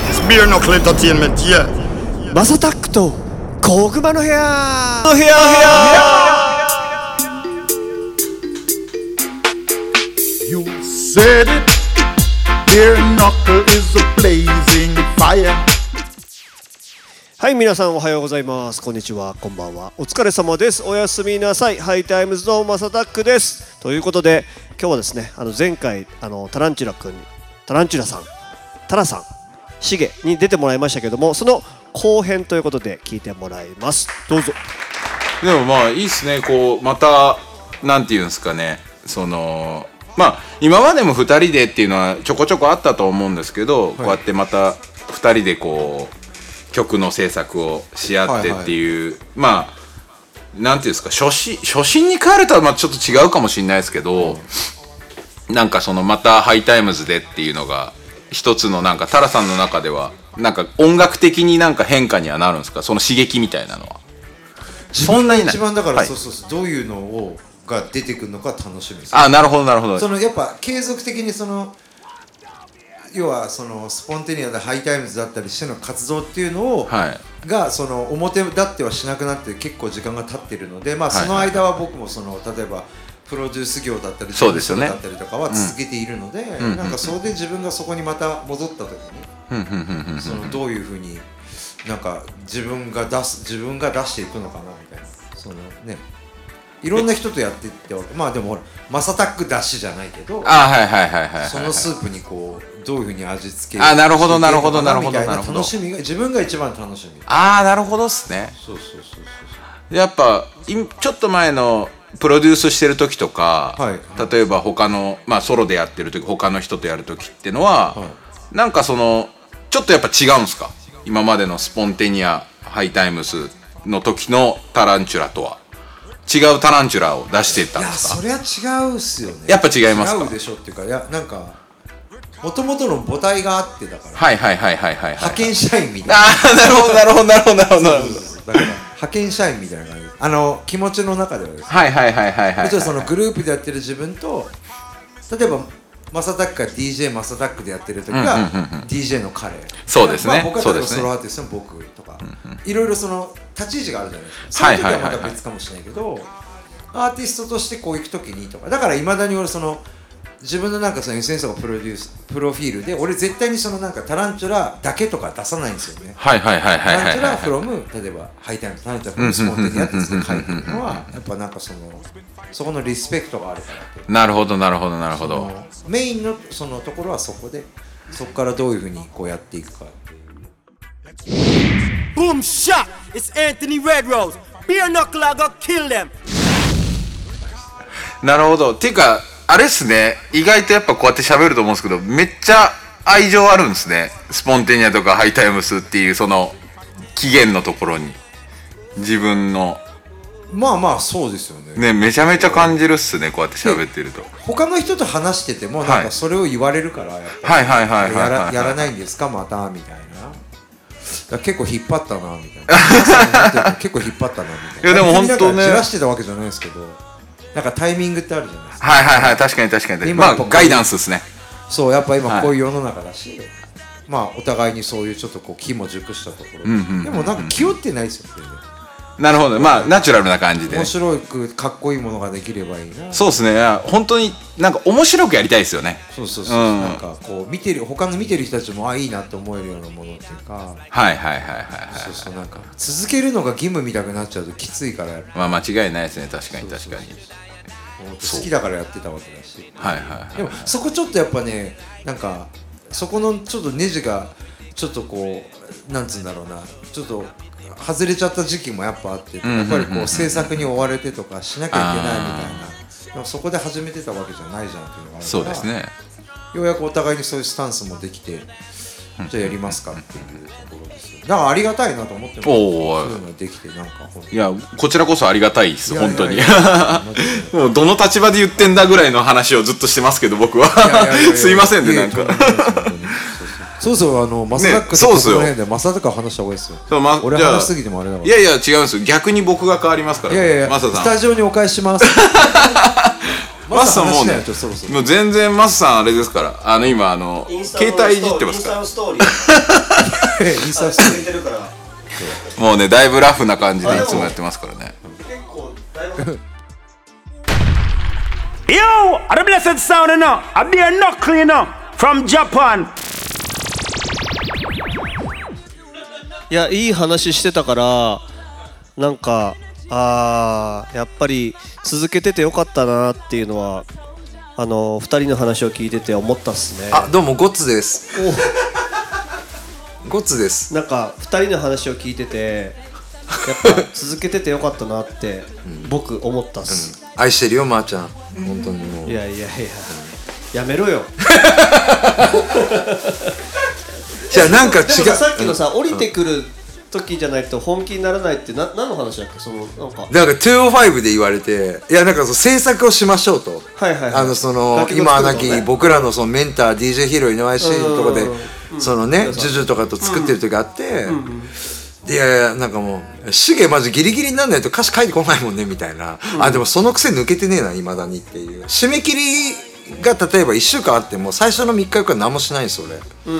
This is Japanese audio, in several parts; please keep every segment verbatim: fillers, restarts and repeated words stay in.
It's Beer Knuckle Entertainment, yeah. マサタックと小熊の部屋の部屋 You said it. Beer Knuckle is a blazing fire. はい、皆さんおはようございます。こんにちは、こんばんは。お疲れ様です。おやすみなさい。ハイタイムズのマサタックです。ということで、今日はですね、あの前回あのタランチュラ君に、タランチュラさん、タラさん、シゲに出てもらいましたけども、その後編ということで聞いてもらいます。どうぞ。 でもまあいいっすね。こうまたなんていうんですかね。そのまあ今までもふたりでっていうのはちょこちょこあったと思うんですけど、はい、こうやってまたふたりでこう曲の制作をし合ってっていう、はいはい、まあなんていうんですか、初心初心に帰るとはまあちょっと違うかもしれないですけど、うん、なんかそのまたハイタイムズでっていうのが一つのなんかタラさんの中ではなんか音楽的になんか変化にはなるんですか、その刺激みたいなのは。 そんなに一番だから、はい、そうそうそう、どういうのをが出てくるのか楽しみです。 あ、なるほどなるほど。 そのやっぱ継続的にその要はそのスポンテニアでハイタイムズだったりしての活動っていうのを、はい、がその表立ってはしなくなって結構時間が経ってるので、まあその間は僕もその例えばプロデュース業だったりそうですよね、 だったりとかは続けているので、うん、なんかそれで自分がそこにまた戻った時にそのどういうふうになんか自分が出す自分が出していくのかなみたいな、そのね、いろんな人とやっていってまあでもほらマサタック出しじゃないけど、 あ、はいはいはいはい、 そのスープにこうどういうふうに味付けあ、なるほどなるほどなるほどなるほど、 楽しみが自分が一番楽しみ。 ああ、なるほどっすね。 そうそうそうそう。 やっぱちょっと前のプロデュースしてる時とか、はいはい、例えば他のまあソロでやってる時他の人とやる時ってのは、はい、なんかそのちょっとやっぱ違うんすか、今までのスポンテニアハイタイムズの時のタランチュラとは違うタランチュラを出していったんですか。 いや、そりゃ違うっすよね。 やっぱ違いますか。 違うでしょっていうか、いやなんかもともとの母体があってだから、 はいはいはいはいはい、はい、 派遣社員みたいな。 ああ、なるほどなるほどなるほどなるほどなるほど。 だから派遣社員みたいな感じ。あの気持ちの中ではですね。 はいはいはいはいはい。 もちろんそのグループでやってる自分と、例えばマサタックが ディージェー マサタックでやってる時は ディージェー の彼、 そうですね、 まあ、僕は例えばソロアーティストの僕とか、いろいろその立ち位置があるじゃないですか。その時はまた別かもしれないけど、アーティストとしてこう行く時にとか、だからいまだに俺その自分のなんかその エスエヌエス とかプロデュースプロフィールで俺絶対にそのなんかタランチュラだけとか出さないんですよね。 はいはいはいはいはい、はい、 タランチュラ from 例えばハイタイムタランチュラ from スポンテニアって書いてるのはやっぱなんかそのそこのリスペクトがあるからって。 なるほどなるほどなるほど。 メインのそのところはそこで、そこからどういうふうにこうやっていくかっていう。 Boom shot! It's Anthony Redrose. Beer Knuckle, I got kill them. なるほど。っていうかあれっすね、意外とやっぱこうやって喋ると思うんですけど、めっちゃ愛情あるんですね、スポンテニアとかハイタイムスっていうその起源のところに自分の。 まあまあそうですよね。 ね、めちゃめちゃ感じるっすね、こうやって喋ってると。 他の人と話しててもなんかそれを言われるから、やっぱはいはいはいはいはい、 やらないんですかまたみたいな。だ結構引っ張ったなみたいな。結構引っ張ったなみたいな。 いやでも本当ね、 じらしてたわけじゃないですけど、なんかタイミングってあるじゃないですか。 はいはいはい、確かに確かに。まあガイダンスですね。 そう、やっぱ今こういう世の中だし、はい、まあお互いにそういうちょっとこう気も熟したところで、うんうんうんうん、でもなんか気負ってないですよね。 なるほど、まあナチュラルな感じで面白くかっこいいものができればいいな。 そうですね、本当になんか面白くやりたいですよね。 そうそうそう、うん、なんかこう見てる他の見てる人たちもあいいなと思えるようなものっていうか、 はいはいはいはいはい、 そうそう、なんか続けるのが義務みたくなっちゃうときついからやっぱ、 まあ間違いないですね、確かに確かに。 好きだからやってたわけだし、 はいはいはい、 でもそこちょっとやっぱね、なんかそこのちょっとネジがちょっとこうなんつうんだろうな、ちょっと外れちゃった時期もやっぱあって、やっぱりこう制作に追われてとかしなきゃいけないみたいな、でもそこで始めてたわけじゃないじゃんっていうのがあるから、 そうですね、 ようやくお互いにそういうスタンスもできて、じゃあやりますかっていうところですよ。だからありがたいなと思ってます。そういうのできて、なんかいやこちらこそありがたいです、本当に。もうどの立場で言ってんだぐらいの話をずっとしてますけど僕はすいませんね、なんかそうそう、あのマサタックとこの辺でマサタックは話した方がいいですよ。そう、ま、俺話しすぎてもあれだから。 いやいや違うんですよ、逆に僕が変わりますから。 いやいや、マサさんスタジオにお返しします。 マスさんもうね話しないとそろそろもう全然マスさんあれですからあの今あの携帯いじってますからインスタのストーリーインスタストーリーてるからもうねだいぶラフな感じでいつもやってますからね結構だいぶ Yo, a blessed sound enough. A beer knuckle enough from Japan. いやいい話してたからなんかあーやっぱり続けててよかったなっていうのはあのふたりの話を聞いてて思ったっすね。 あどうもゴッツですゴッツですなんかふたりの話を聞いててやっぱ続けててよかったなって僕思ったっす、 うん、愛してるよまーちゃん本当にもういやいやいややめろよじゃあなんか違うでもさっきのさ、うん、降りてくる時じゃないと本気にならないってな何の話だっけそのなんかなんかにひゃくごで言われていやなんかその制作をしましょうと、 はいはいはい、 あのその楽曲今はな作るのねき僕らのそのメンター ディージェー ヒーロー井上シーのとこでうんそのねうんジュジュとかと作ってる時あって、 うんうんいやいやなんかもうシゲマジギリギリになんないと歌詞書いてこないもんねみたいな、うん、あでもその癖抜けてねえな未だにっていう締め切りが例えばいっしゅうかんあっても最初のみっかよっか何もしないんです俺、うん、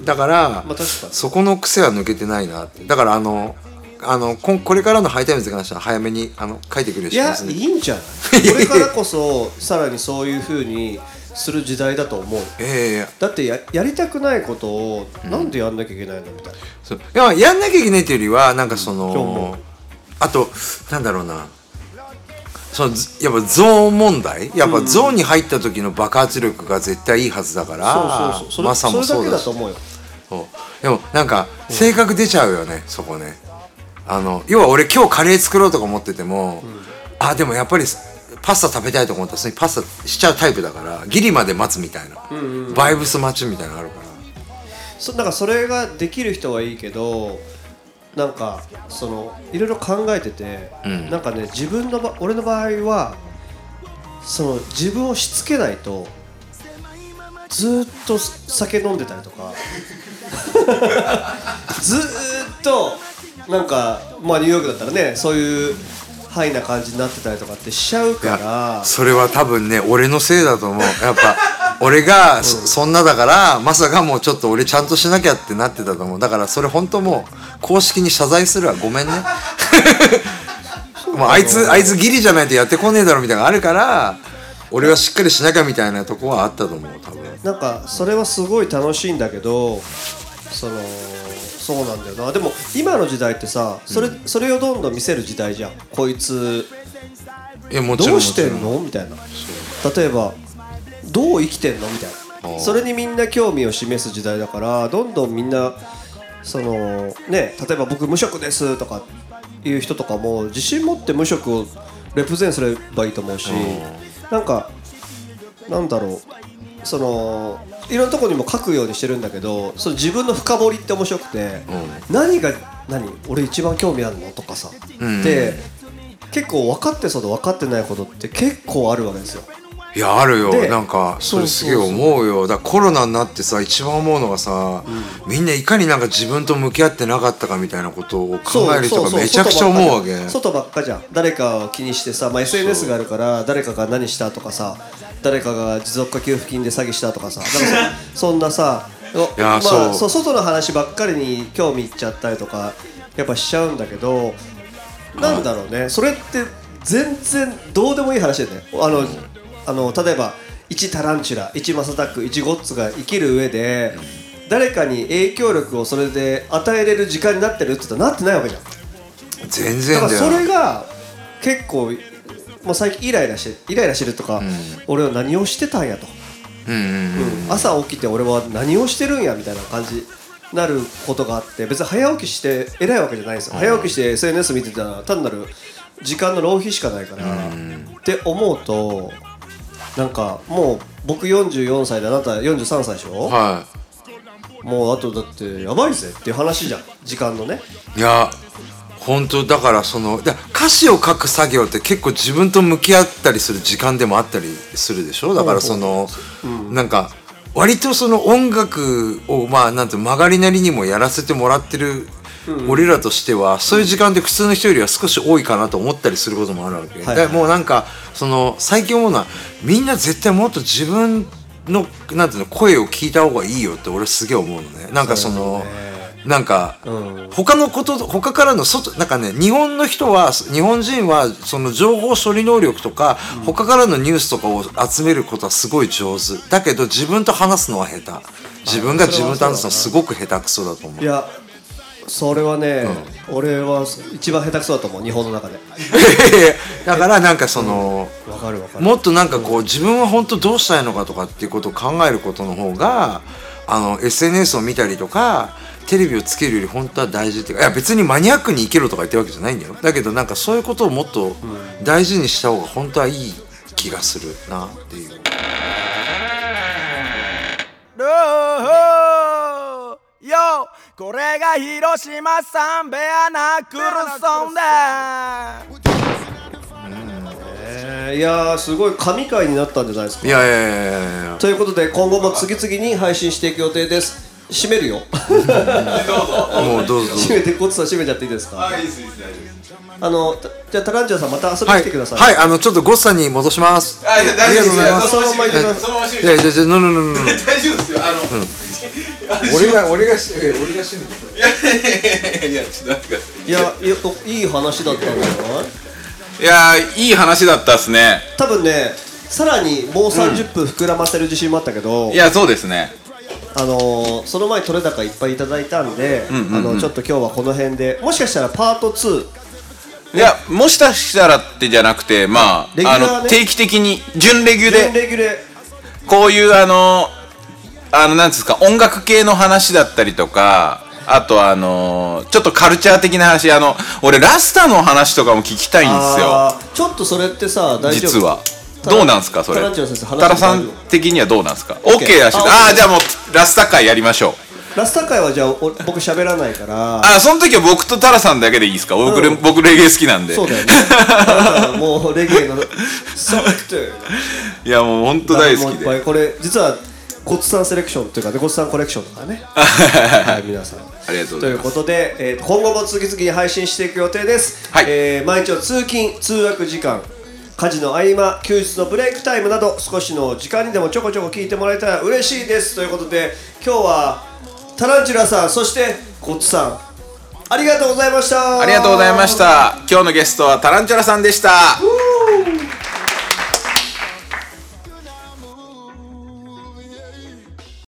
だから、まあ、確かにそこの癖は抜けてないなってだからあのあのここれからのハイタイムズに関しては早めにあの書いてくれるしますねいやいいんじゃないこれからこそさらにそういう風にする時代だと思う、 えー、 だって や, やりたくないことをなんでやんなきゃいけないのみたいな、 そういややんなきゃいけないというよりはなんかそのあとなんだろうなそのやっぱゾーン問題やっぱゾーンに入った時の爆発力が絶対いいはずだから、 そうそうそうマサもそうだしそれだけだと思うよそうでもなんか性格出ちゃうよね、そこねあの要は俺今日カレー作ろうとか思ってても、うん、あでもやっぱりパスタ食べたいと思ったらそれにパスタしちゃうタイプだからギリまで待つみたいな、うんうんうん、バイブス待ちみたいなのあるからそなんかそれができる人はいいけどなんかそのいろいろ考えてて、うん、なんかね自分のば俺の場合はその自分をしつけないとずっと酒飲んでたりとかずっとなんかまあニューヨークだったらねそういうハイな感じになってたりとかってしちゃうからそれは多分ね俺のせいだと思うやっぱ俺が そ,、うん、そんなだからまさかもうちょっと俺ちゃんとしなきゃってなってたと思うだからそれ本当もう公式に謝罪するわごめんねもうあいつあいつギリじゃないとやってこねえだろみたいなのがあるから俺はしっかりしなきゃみたいなとこはあったと思う多分なんかそれはすごい楽しいんだけどそのそうなんだよなでも今の時代ってさそれ、うん、それをどんどん見せる時代じゃんこいついやもちろんどうしてんのみたいな例えばどう生きてんのみたいなそれにみんな興味を示す時代だからどんどんみんなそのね例えば僕無職ですとかいう人とかも自信持って無職をレプゼンすればいいと思うしなんかなんだろうそのいろんなところにも書くようにしてるんだけどその自分の深掘りって面白くて、うん、何が何俺一番興味あるのとかさ、うん、で結構分かってそうで分かってないことって結構あるわけですよいやあるよなんかそれすげえ思うよだからコロナになってさ一番思うのがさ、うん、みんないかになんか自分と向き合ってなかったかみたいなことを考える人がめちゃくちゃ思うわけ外ばっかじゃん誰かを気にしてさ、まあ、エスエヌエス があるから誰かが何したとかさ誰かが持続化給付金で詐欺したとかさなんか そ, そんなさいや、まあ、そうそう外の話ばっかりに興味いっちゃったりとかやっぱしちゃうんだけどなんだろうねそれって全然どうでもいい話だよねあの、うんあの例えばいちタランチュラいちマサタックいちゴッツが生きる上で誰かに影響力をそれで与えれる時間になってるって言ったらなってないわけじゃん全然だよだからそれが結構もう最近イライラしてイライラしてるとか、うん、俺は何をしてたんやと、うんうんうんうん、朝起きて俺は何をしてるんやみたいな感じになることがあって別に早起きして偉いわけじゃないんですよ、うん、早起きして エスエヌエス 見てたら単なる時間の浪費しかないから、うん、って思うとなんかもう僕よんじゅうよんさいであなたよんじゅうさんさいでしょ、はい、もうあとだってやばいぜっていう話じゃん時間のねいや本当だからそのだ歌詞を書く作業って結構自分と向き合ったりする時間でもあったりするでしょだからその、うん、なんか割とその音楽をまあなんて曲がりなりにもやらせてもらってるうん、俺らとしてはそういう時間って普通の人よりは少し多いかなと思ったりすることもあるわけ、はいはい、だからもうなんかその最近思うのはみんな絶対もっと自分のなんていうの声を聞いた方がいいよって俺すげえ思うのね。なんかそのなんか、うん、他のこと他からの外なんかね日本の人は日本人はその情報処理能力とか、うん、他からのニュースとかを集めることはすごい上手だけど自分と話すのは下手自分が自分と話すのはすごく下手くそだと思う。 いやそれはね、うん、俺は一番下手くそだと思う日本の中でだからなんかその、 うん、わかるわかるもっとなんかこう、うん、自分は本当どうしたいのかとかっていうことを考えることの方があの エスエヌエス を見たりとかテレビをつけるより本当は大事っていうかいや別にマニアックに生きろとか言ってるわけじゃないんだよ。だけどなんかそういうことをもっと大事にした方が本当はいい気がするなっていう。 よこれが広島サンベアナクルソンだ、 えー、いやーすごい神回になったんじゃないですか。 いやいやいやいやいやということで今後も次々に配信していく予定です。閉めるよもうどうぞ閉めてコツさん閉めちゃっていいですか。 あいいですいいです大丈夫です。 あのじゃあタランチュラさんまた遊びに来てください。 はい、はい、あのちょっとゴッサンに戻します。 あ、いや大丈夫です。いやそのまま行ってください。 そのまま閉めて。いやいやじゃノノノノノ大丈夫ですよ。あの、うん俺が俺がし俺が死ぬ。 いやいやいやちょっとなんかいやいい話だったんじゃない？ いやいい話だったっすね。 多分ねさらにもうさんじゅっぷん膨らませる自信もあったけど、うん、 いやそうですね。 あのー、その前取れ高いっぱいいただいたんで、うんうんうん、あのちょっと今日はこの辺でもしかしたらパートツー、ね、 いやもしかしたらってじゃなくてまあ、ね、あの定期的に準レギュで準レギュでこういうあのあのなんですか音楽系の話だったりとかあとあのー、ちょっとカルチャー的な話あの俺ラスタの話とかも聞きたいんですよ。 ちょっとそれってさ大丈夫？ 実はどうなんすかそれ。タラさん的にはどうなんすか。 OK だしああじゃあもうラスタ会やりましょう。ラスタ会はじゃあ僕喋らないからあその時は僕とタラさんだけでいいですか。僕、うん、僕レゲエ好きなんで。 そうだよねあもうレゲエのサクトいやもう本当大好きでこれ実はゴッツさんセレクションというかゴッツさんコレクションとかねはい皆さんありがとうございます。ということで、えー、今後も次々に配信していく予定です、はいえー、毎日の通勤通学時間家事の合間休日のブレイクタイムなど少しの時間にでもちょこちょこ聞いてもらえたら嬉しいですということで今日はタランチュラさんそしてゴッツさんありがとうございました。 ありがとうございました。今日のゲストはタランチュラさんでした。